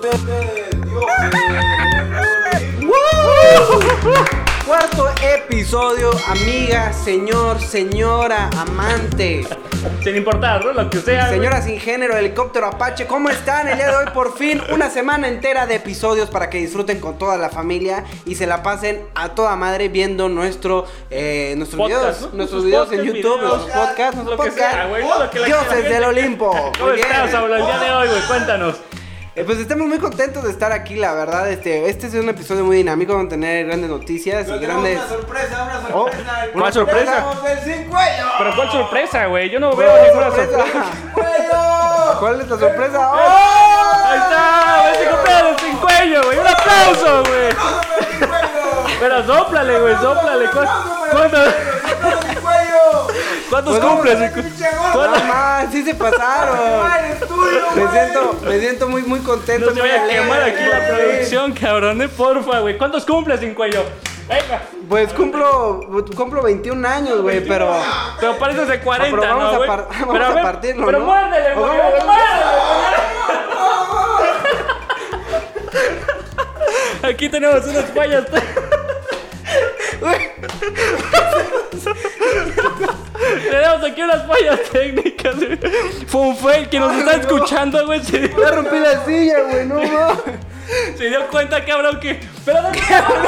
Cuarto episodio, amiga, señor, señora, amante. Sin importar, ¿no? Lo que sea. Señora sin género, helicóptero Apache, ¿cómo están? El día de hoy, por fin, una semana entera de episodios para que disfruten con toda la familia y se la pasen a toda madre viendo nuestros Podcast, videos, ¿no? nuestros videos en YouTube, videos, los podcasts, lo nuestros que sea, podcasts. güey, lo que la Dioses gente- del Olimpo. ¿Cómo Muy bien. estás, Saulo, el día de hoy, güey? Cuéntanos. Pues estamos muy contentos de estar aquí, la verdad. Este es un episodio muy dinámico, vamos a tener grandes noticias Pero y tenemos grandes. una sorpresa. Oh, ¿Una sorpresa? ¡Tenemos el sin cuello! ¿Pero cuál sorpresa, güey? Yo no ¿Cuál veo es la ninguna sorpresa? sorpresa. ¡Sin cuello! ¿Cuál es la sorpresa? ¡Oh! ¡Ahí está! ¡Ese cumpleaños sin cuello, güey! ¡Un aplauso, güey! ¡Sin cuello! Pero sóplale, güey, sóplale. ¿Cuántos Pues cumples? No más, sí se pasaron. Me siento muy contento. No se muy vaya a alegre. quemar aquí la producción, cabrón, porfa, güey. ¿Cuántos cumples sin cuello? Venga. Pues cumplo 21 años, güey, pero Pero pareces de 40, Pero vamos ¿no, a güey? vamos Pero a ver, partirlo, pero ¿no? muérdele, O güey. vamos- Muérdele. Aquí tenemos unas fallas. Tenemos aquí unas fallas técnicas. Fue un fail que nos está escuchando, güey. ya rompí la silla, güey, no mames. Se dio cuenta, cabrón, que. Pero no,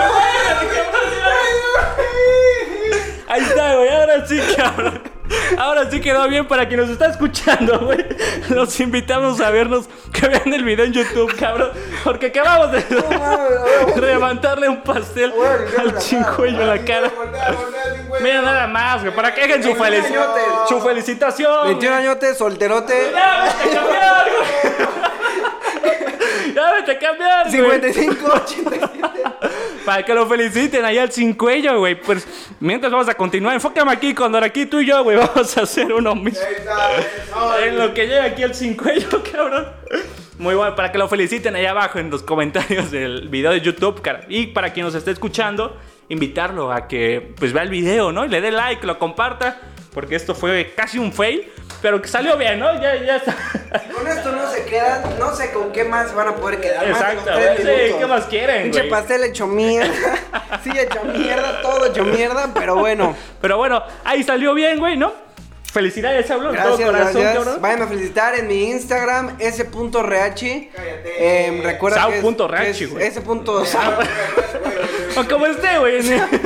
ahí está, güey. Ahora sí, cabrón. Ahora sí quedó bien para quien nos está escuchando, güey. Los invitamos a vernos, que vean el video en YouTube, cabrón. Porque acabamos de levantarle un pastel al chincuello en la cara. Mira nada más, güey. Para que dejen su felicitación. 21 añotes, solterote. ¡Ya vete a cambiar, güey! ¡Ya vete a cambiar, güey! 55, 87. Para que lo feliciten allá al sin cuello, güey. Pues mientras vamos a continuar, enfócame aquí, Condor, aquí tú y yo, güey. Vamos a hacer uno mismo. En lo que llega aquí el sin cuello, cabrón. Muy bueno, para que lo feliciten allá abajo en los comentarios del video de YouTube, cara. Y para quien nos esté escuchando, invitarlo a que pues vea el video, ¿no? Y le dé like, lo comparta. Porque esto fue casi un fail, pero que salió bien, ¿no? Ya está. Con esto no se quedan, no sé con qué más van a poder quedar. Exacto, más de los 3 güey. Sí, minutos. ¿qué más quieren, Pinche güey? pastel hecho mierda. Sí, hecho mierda, todo hecho mierda, pero bueno. Pero bueno, ahí salió bien, güey, ¿no? Felicidades, Saulo. Gracias, Todo corazón, gracias. cabrón. Vayan a felicitar en mi Instagram, s.reachi. Recuerda que es- Sau.reachi, es güey. s.sau. O como esté, güey.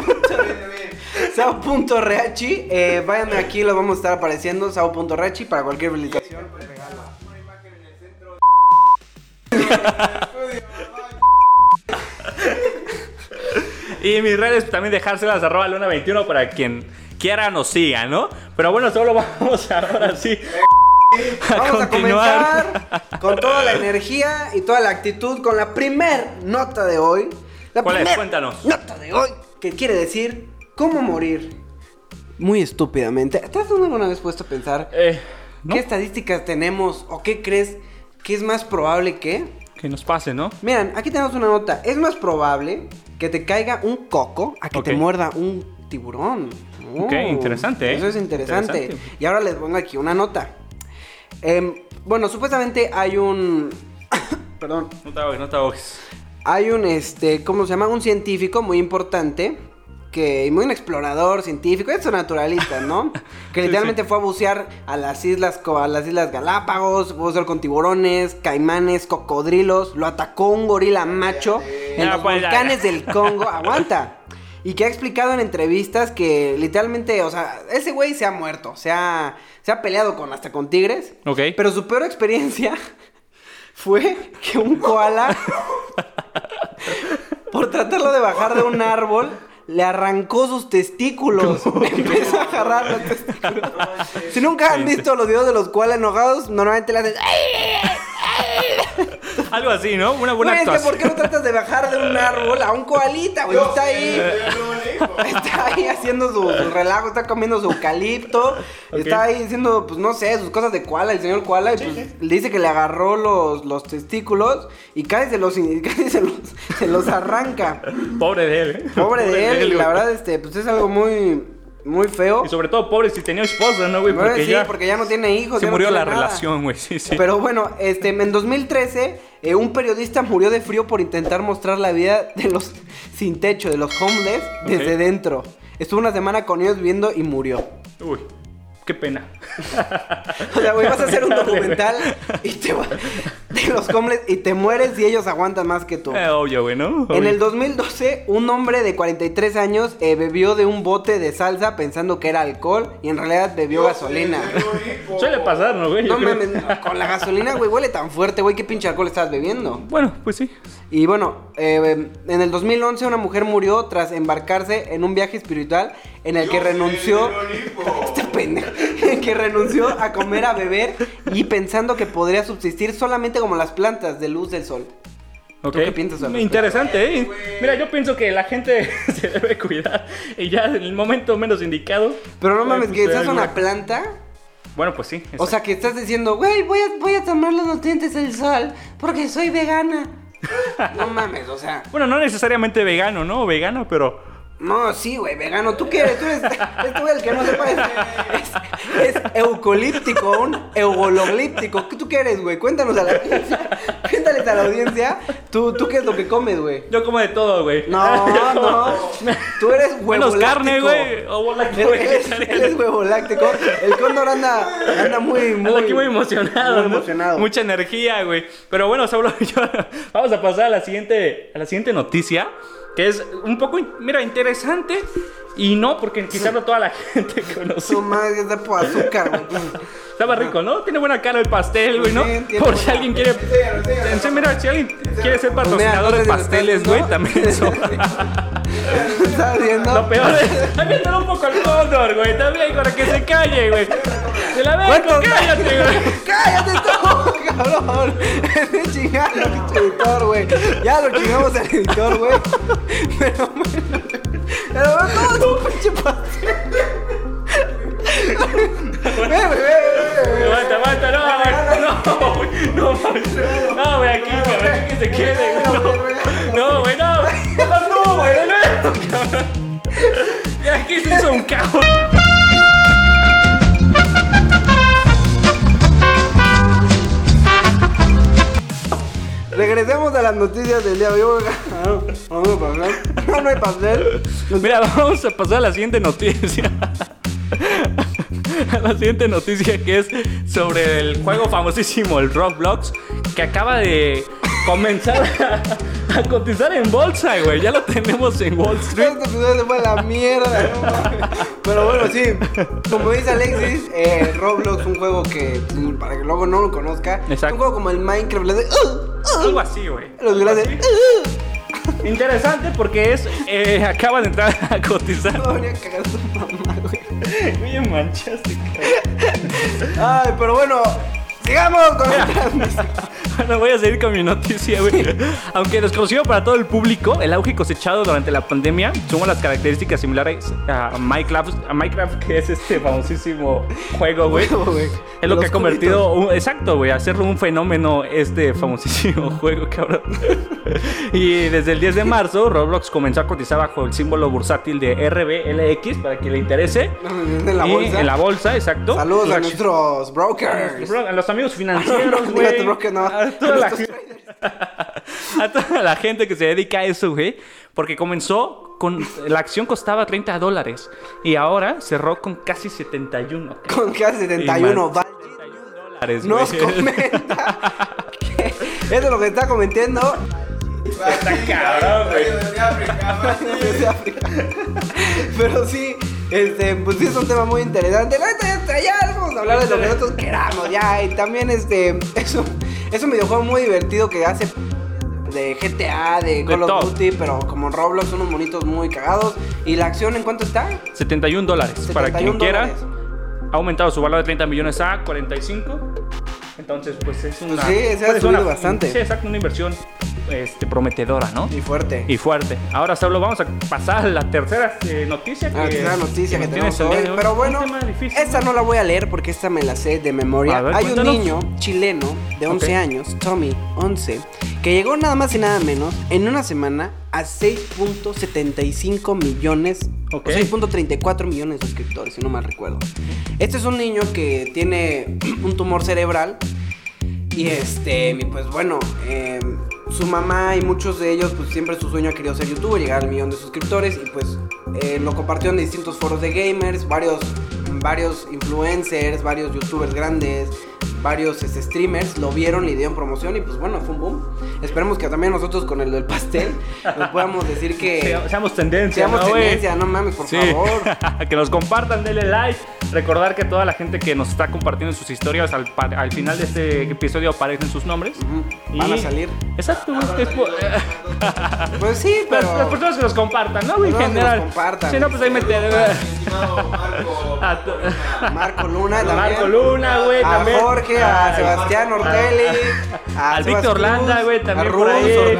Sau.reachi. Váyanme aquí, los vamos a estar apareciendo. Sau.reachi para cualquier felicitación. Y mis redes también dejárselas @luna21 para quien quiera nos siga, ¿no? Pero bueno, solo vamos ahora sí Vamos a comenzar con toda la energía y toda la actitud con la primer nota de hoy. La ¿Cuál es? primer Cuéntanos. nota de hoy, que quiere decir cómo morir muy estúpidamente. ¿Te has alguna vez puesto a pensar ¿no? qué estadísticas tenemos o qué crees que es más probable que? Que nos pase, ¿no? Miren, aquí tenemos una nota. Es más probable que te caiga un coco a que Ok. te muerda un tiburón. Ok, interesante, ¿eh? Eso es interesante. Interesante. Y ahora les pongo aquí una nota. Bueno, supuestamente hay un... Perdón. No te ahogues, no te ahogues. Hay un, ¿cómo se llama? Un científico muy importante, muy un explorador científico, es un naturalista, ¿no? Que Sí, literalmente sí. fue a bucear a las islas Galápagos, fue a bucear con tiburones, caimanes, cocodrilos, lo atacó un gorila macho en Ya, los pues, ya, volcanes ya. del Congo, aguanta. Y que ha explicado en entrevistas que literalmente, o sea, ese güey se ha muerto, se ha peleado hasta con tigres. Ok. Pero su peor experiencia fue que un koala, por tratarlo de bajar de un árbol, le arrancó sus testículos. Empezó a agarrar los testículos. Si nunca han visto los videos de los koalas enojados, normalmente le hacen... Algo así, ¿no? Una buena Güey, es que actuación. ¿por qué no tratas de bajar de un árbol a un koalita, güey? Está ahí. Está ahí haciendo su relajo, está comiendo su eucalipto, Ok. está ahí haciendo, pues no sé, sus cosas de koala, el señor koala, y pues le dice que le agarró los testículos y casi se los arranca. Pobre de él, ¿eh? Pobre de él, y güey. la verdad, pues es algo muy, Muy feo. Y sobre todo, pobre si tenía esposa, ¿no, güey? Bueno, sí, porque ya no tiene hijos. Se ya murió no la tiene nada. relación, güey. Sí. Pero bueno, en 2013, un periodista murió de frío por intentar mostrar la vida de los sin techo, de los homeless, desde dentro. Estuvo una semana con ellos viviendo y murió. Uy, qué pena. O sea, güey, vas a hacer un documental y de los homeless y te mueres y ellos aguantan más que tú. Obvio, güey, ¿no? En el 2012, un hombre de 43 años bebió de un bote de salsa pensando que era alcohol y en realidad bebió gasolina. Suele pasar, ¿no, güey? No mames, con la gasolina, güey, huele tan fuerte, güey, ¿qué pinche alcohol estabas bebiendo? Bueno, pues sí. Y bueno, en el 2011 una mujer murió tras embarcarse en un viaje espiritual en el que renunció... Este pendejo. Que renunció a comer, a beber y pensando que podría subsistir solamente como las plantas de luz del sol. Ok. ¿Tú qué piensas al respecto? Interesante, ¿eh? Mira, yo pienso que la gente se debe cuidar y ya en el momento menos indicado. Pero no mames, pues, que te da seas una alguna- planta... Bueno, pues sí. O sea, que estás diciendo, güey, voy a tomar los nutrientes del sol porque soy vegana. No mames, o sea... Bueno, no necesariamente vegano, ¿no? Vegana, pero... No, sí, güey, vegano. ¿Tú qué eres? Tú eres el que no sepa. Es eucolíptico, un eugologlíptico. ¿Tú qué eres, güey? Cuéntanos a la audiencia. Cuéntales a la audiencia. ¿Tú qué es lo que comes, güey? Yo como de todo, güey. No. Tú eres huevo Menos láctico. carne, güey. O láctico Él es huevo láctico. El cóndor anda muy... Anda aquí muy emocionado, muy ¿no? emocionado. Mucha energía, güey. Pero bueno, Saulo, vamos a pasar a la siguiente noticia, que es un poco, mira, interesante. Y no, porque quizás no toda la gente conoce. Su madre está por azúcar, güey. Estaba rico, ¿no? Tiene buena cara el pastel, güey, ¿no? Sí, tiene Por si buena- alguien quiere... Sí, mira, si alguien quiere ser patrocinador de pasteles, güey, también eso. ¿Estás viendo? Lo peor es... Aviéntale un poco al cóndor, güey, también, para que se calle, güey. Se la ve, ¿Cuántos- cállate, güey. ¡Cállate tú, cabrón! Es chingado, pinche editor, güey. Ya lo chingamos al editor, güey. Pero no, tu pinche pastel. Aguanta, no, güey, no, güey, aquí, cabrón, aquí que se quede, güey. No, güey, no, güey, no, cabrón. Ya aquí se hizo un caos. Regresemos a las noticias del día de hoy. No hay pastel. Mira, vamos a pasar a la siguiente noticia. A la siguiente noticia, que es sobre el juego famosísimo, el Roblox, que acaba de comenzar a cotizar en bolsa, güey. Ya lo tenemos en Wall Street. Este episodio se fue a la mierda, no mames. Pero bueno, sí. Como dice Alexis, Roblox, un juego que, para que luego no lo conozca, es Exacto. un juego como el Minecraft. Algo así, güey. Los que le hacen, Interesante porque acaba de entrar a cotizar. no venía a cagar su mamá, güey. Oye, manchaste, Ay, pero bueno, sigamos con la transmisión. Bueno, voy a seguir con mi noticia, güey. Aunque desconocido para todo el público, el auge cosechado durante la pandemia suma las características similares a Minecraft, que es este famosísimo juego, güey. Es lo que ha convertido, exacto, güey, a hacerlo un fenómeno este famosísimo juego, cabrón. Y desde el 10 de marzo, Roblox comenzó a cotizar bajo el símbolo bursátil de RBLX, para que le interese. En la Y bolsa. en la bolsa, exacto. Saludos a Las- nuestros brokers. a los amigos financieros, Digo, güey. tu broker no. A toda la Nuestros a toda la gente que se dedica a eso, güey. Porque comenzó con... La acción costaba $30 y ahora cerró con casi 71. Con casi 71. $71, Nos güey. comenta que eso es lo que está comentando. Está cabrón, güey. Desde África. Pero sí, pues sí es un tema muy interesante. La neta, ya vamos a hablar de lo que nosotros queramos, ya. Y también es un videojuego muy divertido que hace de GTA, de Call of todo. Duty, pero como Roblox, unos monitos muy cagados. ¿Y la acción en cuánto está? $71. Para quien $71. quiera. Ha aumentado su valor de 30 millones a 45. Entonces, pues es una... Pues sí, se ha puede ser subido bastante. Sí, exacto, una inversión prometedora, ¿no? Y fuerte. Y fuerte. Ahora solo vamos a pasar a la tercera noticia. La tercera noticia que nos tenemos tienes el día hoy. de Pero bueno, Un tema difícil, esta ¿no? no la voy a leer porque esta me la sé de memoria. A ver, Hay un cuéntanos. niño chileno de 11 Ok. años, Tommy, 11, que llegó nada más y nada menos en una semana a 6.75 millones Ok. O 6.34 millones de suscriptores, si no mal recuerdo. Este es un niño que tiene un tumor cerebral. Y pues bueno, su mamá y muchos de ellos, pues siempre su sueño ha querido ser youtuber, llegar al 1.000.000 de suscriptores. Y pues lo compartió en distintos foros de gamers, varios influencers, varios youtubers grandes, varios streamers lo vieron, le dieron promoción y pues bueno, fue un boom. Esperemos que también nosotros con el del pastel nos podamos decir que seamos tendencia, seamos ¿no, güey? tendencia, no mames, por favor. Que nos compartan, denle like. Recordar que toda la gente que nos está compartiendo sus historias al final de este episodio aparecen sus nombres. Van a salir. Exacto, güey. Pues sí, pero las personas que nos compartan, ¿no, güey? En Las personas que general. nos compartan. Sí, no, pues ahí meter. Estimado Marco Luna también. Marco Luna, güey, A también. Jorge, a Sebastián Ortelli, a Al Sebas Víctor Cruz, Landa, güey, también a por Rus, ahí.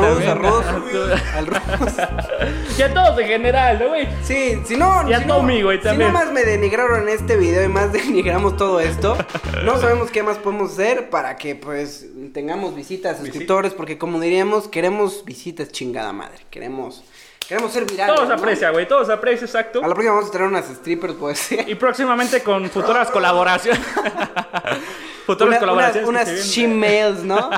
al Rus. Y a todos en general, ¿no, güey? Sí, si no, Y a si Tommy, no, güey, también. Si no más me denigraron en este video y más denigramos todo esto, no sabemos qué más podemos hacer para que pues tengamos visitas, suscriptores, porque como diríamos, queremos visitas, chingada madre, queremos ser virales. Todo se ¿no? aprecia, güey, todo se aprecia, exacto. A la próxima vamos a traer unas strippers, pues. Y próximamente con futuras colaboraciones. Futuras colaboraciones. Unas que se she-mails, ¿no?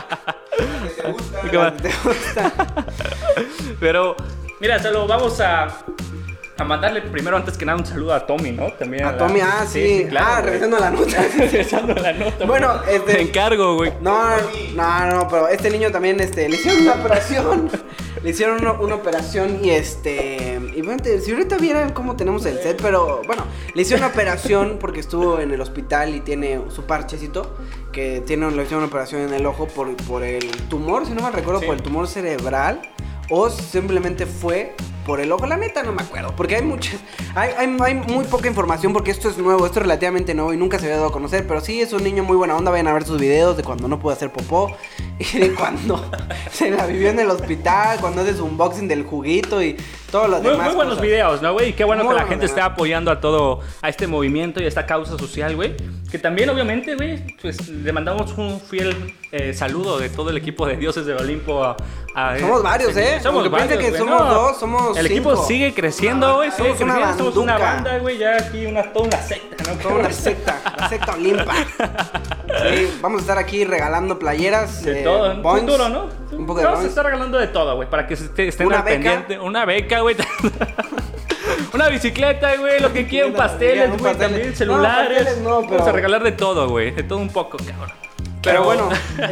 ¿Y qué más? ¿Te gusta? Pero, mira, solo vamos a mandarle primero, antes que nada, un saludo a Tommy, ¿no? También A Tommy, sí. claro, güey. Regresando a la nota. Regresando a la nota. Bueno, Te encargo, güey. No, pero este niño también, le hicieron una operación. Le hicieron una operación y y bueno, si ahorita vieran cómo tenemos el set, pero bueno, le hicieron una operación porque estuvo en el hospital y tiene su parchecito, le hicieron una operación en el ojo por el tumor, si no mal recuerdo, por el tumor cerebral, o simplemente fue por el ojo, la neta no me acuerdo, porque hay muy poca información, porque esto es nuevo, esto es relativamente nuevo y nunca se había dado a conocer, pero sí es un niño muy buena onda. Vayan a ver sus videos de cuando no pudo hacer popó y de cuando se la vivió en el hospital, cuando hace su unboxing del juguito y todo lo demás. Muy buenos cosas. videos, ¿no, güey? Y qué bueno Muy que la buenos gente esté videos. apoyando a este movimiento y a esta causa social, güey. Que también, obviamente, güey, pues le mandamos un fiel saludo de todo el equipo de Dioses del Olimpo a Somos varios, Somos Aunque piensen varios, que güey. somos No, dos, somos el equipo cinco. sigue creciendo, güey. Sigue Somos una creciendo. Somos una banduca. banda, güey. Ya aquí toda una secta, ¿no? Toda una secta, la secta Olimpa. Sí, vamos a estar aquí regalando playeras. De todo, en boings, futuro, ¿no? Un poco de Vamos a boings. estar regalando de todo, güey, para que estén Una al beca. pendiente. Una beca, güey. Una bicicleta, güey, lo que quieran, pasteles, güey, también, celulares. pasteles no, pero- Vamos a regalar de todo, güey, de todo un poco, cabrón. Pero bueno,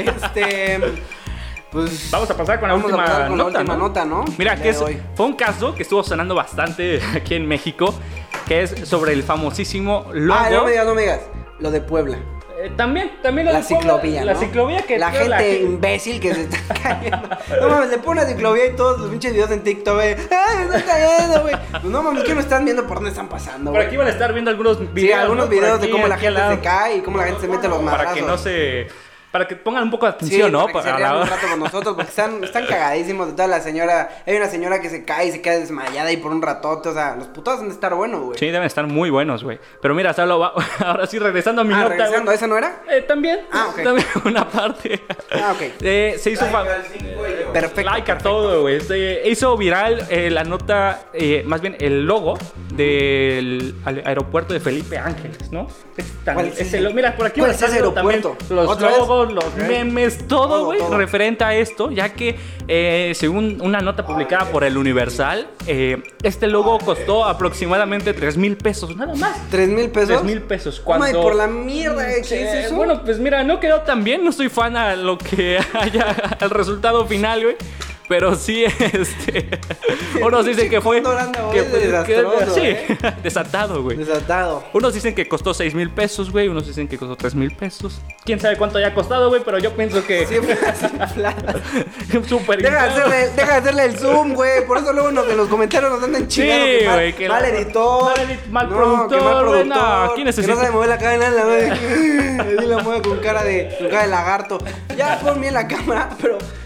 pues Vamos a pasar con la vamos a última pasar con la nota, última ¿no? nota, ¿no? Mira, El que día de hoy. fue un caso que estuvo sonando bastante aquí en México, que es sobre el famosísimo logo. No me digas. Lo de Puebla. También lo La de Puebla, ciclovía, ¿no? La ciclovía que la gente imbécil que se está cayendo. No mames, le pone una ciclovía y todos los pinches videos en TikTok, güey. ¡Ay, se está cayendo, güey! Pues no mames, que no están viendo por dónde están pasando, Por güey. aquí van a estar viendo algunos videos. Sí, algunos ¿no? Por videos aquí, de cómo la aquí al gente lado. se cae y cómo la gente se mete los madrazos. Para que no se... Para que pongan un poco de Sí, atención, ¿no? para que se rían un rato con nosotros, porque están cagadísimos de toda la señora. Hay una señora que se cae y se queda desmayada y por un ratote, o sea, los putos han de estar buenos, güey. Sí, deben estar muy buenos, güey. Pero mira, ahora sí, regresando a mi nota, regresando, güey. ¿esa no era? También. Ah, ok. También una parte. Ok. Se hizo Perfecto. like a todo, güey. Se hizo viral la nota, más bien el logo del aeropuerto de Felipe Ángeles, ¿no? ¿Cuál es ese? Mira, por aquí ¿Cuál va a es ese estar también aeropuerto? los ¿Otra vez? logos, los Ok. memes, todo, Todo, güey, todo. referente a esto, ya que según una nota publicada por el Universal, este logo costó aproximadamente 3,000 pesos, nada más. ¿3,000 pesos? 3,000 pesos. Ay, por la mierda que es eso. Bueno, pues mira, no quedó tan bien, no soy fan a lo que haya el resultado final, güey. Pero sí, unos dicen que fue... Dorando, que es desastroso, sí, desatado, güey. Desatado. Unos dicen que costó 6,000 pesos, güey. Unos dicen que costó 3,000 pesos. Quién sabe cuánto haya costado, güey, pero yo pienso que... Siempre así plata. Súper Deja inflado. de hacerle el zoom, güey. Por eso luego en los comentarios nos andan chingando. Sí, que mal- güey, que mal la- editor. mal que productor, mal güey, productor. no, ¿quién Que necesita? no sabe mover la cadena, así la mueve con cara de lagarto. Ya pon bien la cámara, pero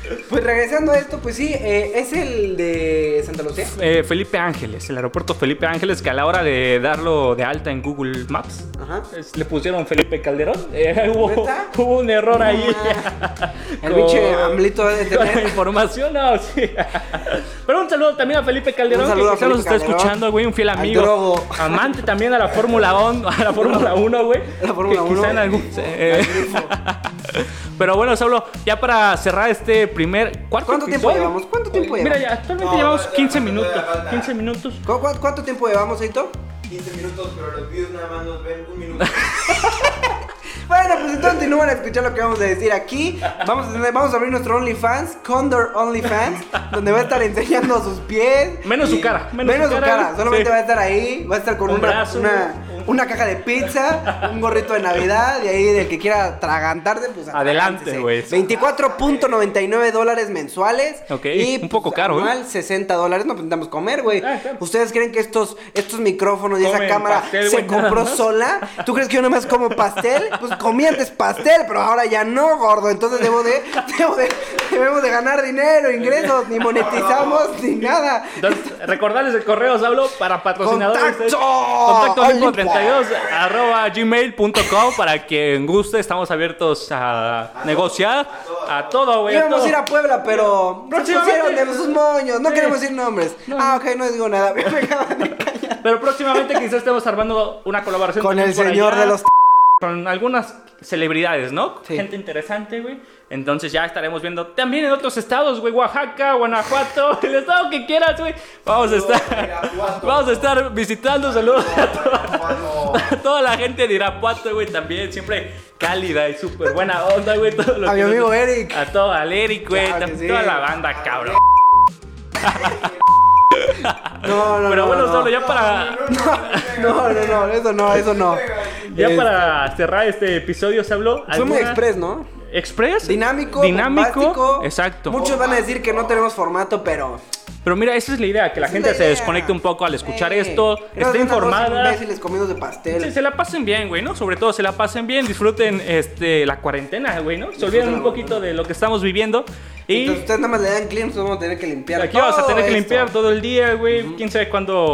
Pues regresando a esto, pues sí, es el de Santa Lucía. Felipe Ángeles, el aeropuerto Felipe Ángeles, que a la hora de darlo de alta en Google Maps, Ajá. le pusieron Felipe Calderón. ¿Neta? Hubo un error ahí. El pinche AMLito de Con la tener. información, no, sí. Pero un saludo también a Felipe Calderón, Un saludo que a quizá nos Felipe está Calderón, escuchando, güey, un fiel al amigo. Drogo. Amante también a la Fórmula 1, güey. La Fórmula que 1. quizá en algún... Pero bueno, Saulo, ya para cerrar este primer cuarto ¿Cuánto tiempo episodio. llevamos? ¿Cuánto tiempo Mira, llevamos? ya actualmente No, llevamos falta, 15 falta, minutos. falta. 15 minutos. ¿Cuánto tiempo llevamos, Eito? 15 minutos, pero los videos nada más nos ven un minuto. Bueno, pues entonces continúan a escuchar lo que vamos a decir aquí. Vamos a abrir nuestro OnlyFans, Condor OnlyFans, donde va a estar enseñando sus pies. Menos y- su cara. Menos su cara. Solamente sí. va a estar ahí. Va a estar con Un una, brazo, una caja de pizza, un gorrito de Navidad. Y ahí del que quiera atragantarse, pues Adelante, güey. $24.99 mensuales. Ok, Y un poco pues, caro, ¿eh? anual, $60. No, pues necesitamos comer, güey. Ah, claro. ¿Ustedes creen que estos micrófonos y esa Comen cámara pastel, se güey, nada compró más. sola? ¿Tú crees que yo nomás como pastel? Pues comí antes pastel, pero ahora ya no, gordo. Entonces debemos de ganar dinero, ingresos, ni monetizamos, ni nada. Entonces, recordarles el correo, Saulo, para patrocinadores. ¡Contacto! Contacto Olimpo. @gmail.com para quien guste. Estamos abiertos a negociar. A todo, güey. Íbamos a ir a Puebla, pero se Próximamente. pusieron de sus moños. No Sí. queremos decir nombres. Ok, no digo nada. Me acaban de callar. Pero próximamente quizás estemos armando una colaboración Con el también por señor allá, de los... con algunas celebridades, ¿no? Sí. Gente interesante, güey. Entonces ya estaremos viendo también en otros estados, güey. Oaxaca, Guanajuato, el estado que quieras, güey. Vamos a estar visitando. Saludos a toda la gente de Irapuato, güey. También siempre cálida y súper buena onda, güey. Todo lo A mi que amigo nos- Eric. A todo, al Eric, güey. Claro que sí. Toda la banda, cabrón. No, Pero bueno, no. Saulo, ya para... No, eso no. Ya para cerrar este episodio, se habló. Fue muy express, ¿no? ¿Express? Dinámico, Dinámico. bombástico. Exacto. Muchos van a decir que no tenemos formato, pero... Pero mira, esa es la idea, que la esa gente es la se idea. desconecte un poco al escuchar esto, Que no esté sean unos informada. imbéciles comidos de pastel. Sí, se la pasen bien, güey, ¿no? Sobre todo se la pasen bien, disfruten la cuarentena, güey, ¿no? Se olviden un poquito de lo que estamos viviendo. Y Entonces ustedes nada más le dan clic, nosotros vamos a tener que limpiar. aquí vamos a todo tener que esto. limpiar todo el día, güey. Quién sabe cuándo.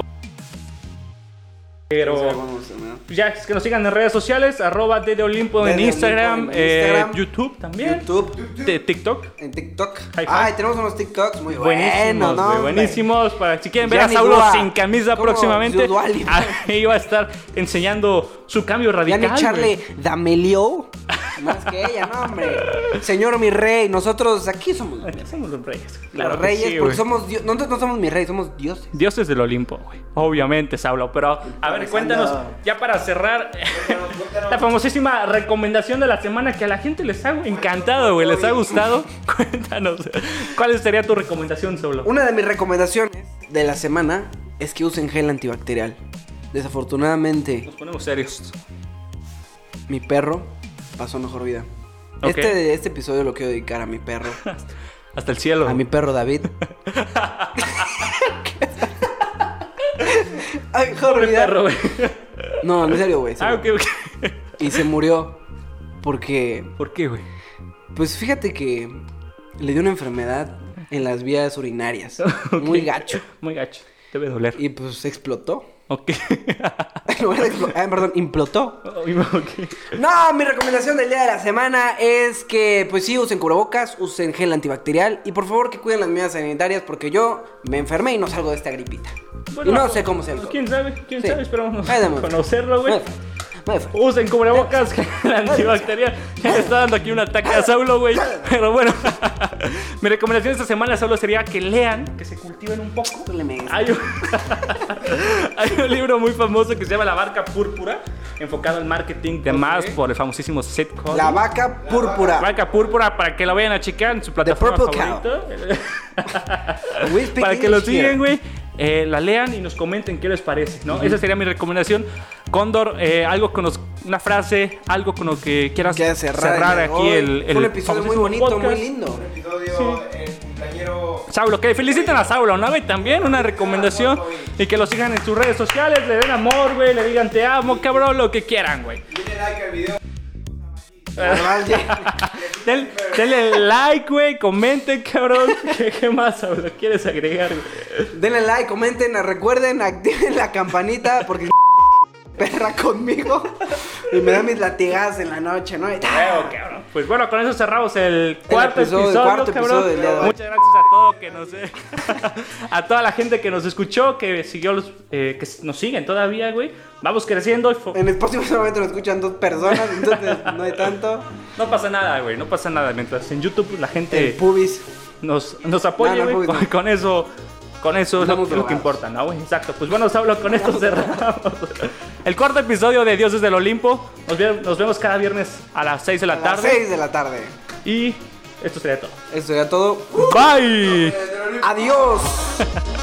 Pero No sé cuándo se me da. ya, es que nos sigan en redes sociales, @dedeolimpo en Dede Instagram, Olimpo en Instagram, YouTube también, YouTube, TikTok. en TikTok. Hi-Fi. Ay, tenemos unos TikToks muy Buenísimos, buenos, ¿no? güey, hombre? buenísimos. Para si quieren ver a Gianni Saulo Dua. sin camisa Como próximamente, Yuduali. ahí va a estar enseñando su cambio radical. Ya ni Charlie güey. D'Amelio. Más que ella, no, hombre. Señor mi rey, nosotros aquí somos Somos los reyes. los Claro que reyes, sí, porque güey. somos nosotros no somos mi rey, somos dioses. Dioses del Olimpo, güey. Obviamente, Saulo. Pero, a ver, cuéntanos, ya para cerrar, la famosísima recomendación de la semana que a la gente les ha encantado, güey. Les ha gustado. Cuéntanos, ¿cuál sería tu recomendación, Saulo? Una de mis recomendaciones de la semana es que usen gel antibacterial. Desafortunadamente, Nos ponemos serios. mi perro pasó mejor vida. Ok. Este episodio lo quiero dedicar a mi perro. Hasta el cielo. A mi perro David. Ay, mejor Pobre vida. perro, güey. No, en serio, güey. Ah, ok, ok. Y se murió porque, ¿Por qué, güey? pues fíjate que le dio una enfermedad en las vías urinarias. Muy gacho. Muy gacho. Debe doler. Y pues explotó. Ok. En lugar de perdón, implotó. Ok. No, mi recomendación del día de la semana es que, pues sí, usen cubrebocas, usen gel antibacterial y por favor que cuiden las medidas sanitarias porque yo me enfermé y no salgo de esta gripita. Bueno, y no sé cómo sea el ¿Quién sabe? ¿Quién Sí. sabe? Esperamos Ay, dame. conocerlo, güey. Me fue. Usen cubrebocas, gel antibacterial. Ya le está dando aquí un ataque a Saulo, güey. Pero bueno, mi recomendación esta semana solo sería que lean, que se cultiven un poco. Hay un, hay un libro muy famoso que se llama La Barca Púrpura, enfocado en marketing de más por el famosísimo Seth Godin. La vaca púrpura. Barca Púrpura, para que lo vayan a checar en su plataforma Purple Cow. favorita. We speak Para que lo English here. sigan, güey. La lean y nos comenten qué les parece, ¿no? Esa sería mi recomendación. Cóndor, algo con una frase, algo con lo que quieras Queda cerrar el día de aquí hoy. el Fue un episodio muy famosísimo bonito, podcast. muy lindo. Episodio cumpleañero. Saulo, que feliciten a Saulo, ¿no? Y también una recomendación y que lo sigan en sus redes sociales, le den amor, güey, le digan te amo, cabrón, lo que quieran, güey. Denle like al video. Denle like, güey, comenten, cabrón. ¿Qué más lo quieres agregar, güey? Denle like, comenten, recuerden, activen la campanita porque perra conmigo y me da mis latigazas en la noche, ¿no? Cabrón. Pues bueno, con eso cerramos el cuarto episodio, cabrón. Del día de hoy. Muchas gracias a todo que nos a toda la gente que nos escuchó, que siguió que nos siguen todavía, güey. Vamos creciendo. En Spotify solamente lo escuchan 2 personas, entonces no hay tanto. No pasa nada, güey, no pasa nada. Mientras en YouTube la gente El pubis. nos apoya, No, güey. no. Con eso es lo que drogados. importa, ¿no, güey? Exacto. Pues bueno, Saulo, con esto cerramos el cuarto episodio de Dioses del Olimpo. Nos vemos cada viernes a las 6 de la A las tarde. 6 de la tarde. Y esto sería todo. Eso ya todo. Bye. Adiós.